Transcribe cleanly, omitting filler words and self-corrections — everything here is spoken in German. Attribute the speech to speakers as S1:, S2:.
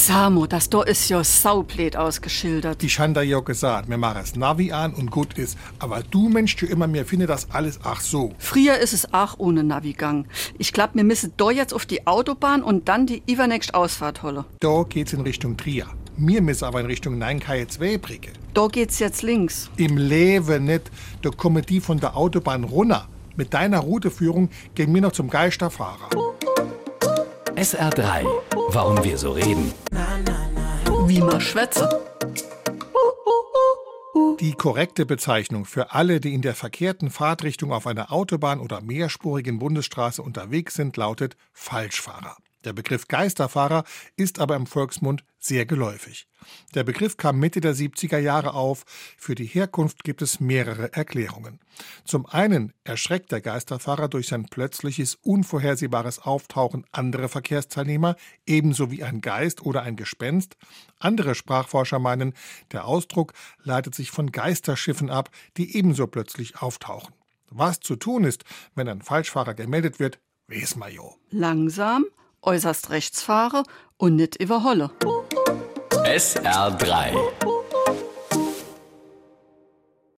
S1: Samo, das da ist ja saublöd ausgeschildert.
S2: Ich han da ja gesagt, wir machen das Navi an und gut ist. Aber du Mensch, du immer mehr finde das alles ach so.
S1: Früher ist es auch ohne Navi gegangen. Ich glaub, wir müssen da jetzt auf die Autobahn und dann die übernächste Ausfahrt holen.
S2: Da geht's in Richtung Trier. Mir müssen aber in Richtung Nein-KJ2-Brücke.
S1: Da geht's jetzt links.
S2: Im Leben nicht. Da kommen die von der Autobahn runter. Mit deiner Routeführung gehen wir noch zum Geisterfahrer.
S3: SR3. Warum wir so reden.
S1: Wie man schwätze.
S2: Die korrekte Bezeichnung für alle, die in der verkehrten Fahrtrichtung auf einer Autobahn oder mehrspurigen Bundesstraße unterwegs sind, lautet Falschfahrer. Der Begriff Geisterfahrer ist aber im Volksmund sehr geläufig. Der Begriff kam Mitte der 70er Jahre auf. Für die Herkunft gibt es mehrere Erklärungen. Zum einen erschreckt der Geisterfahrer durch sein plötzliches, unvorhersehbares Auftauchen andere Verkehrsteilnehmer, ebenso wie ein Geist oder ein Gespenst. Andere Sprachforscher meinen, der Ausdruck leitet sich von Geisterschiffen ab, die ebenso plötzlich auftauchen. Was zu tun ist, wenn ein Falschfahrer gemeldet wird, weiß man jo.
S1: Langsam, äußerst rechts fahre und nicht überholle.
S3: SR3.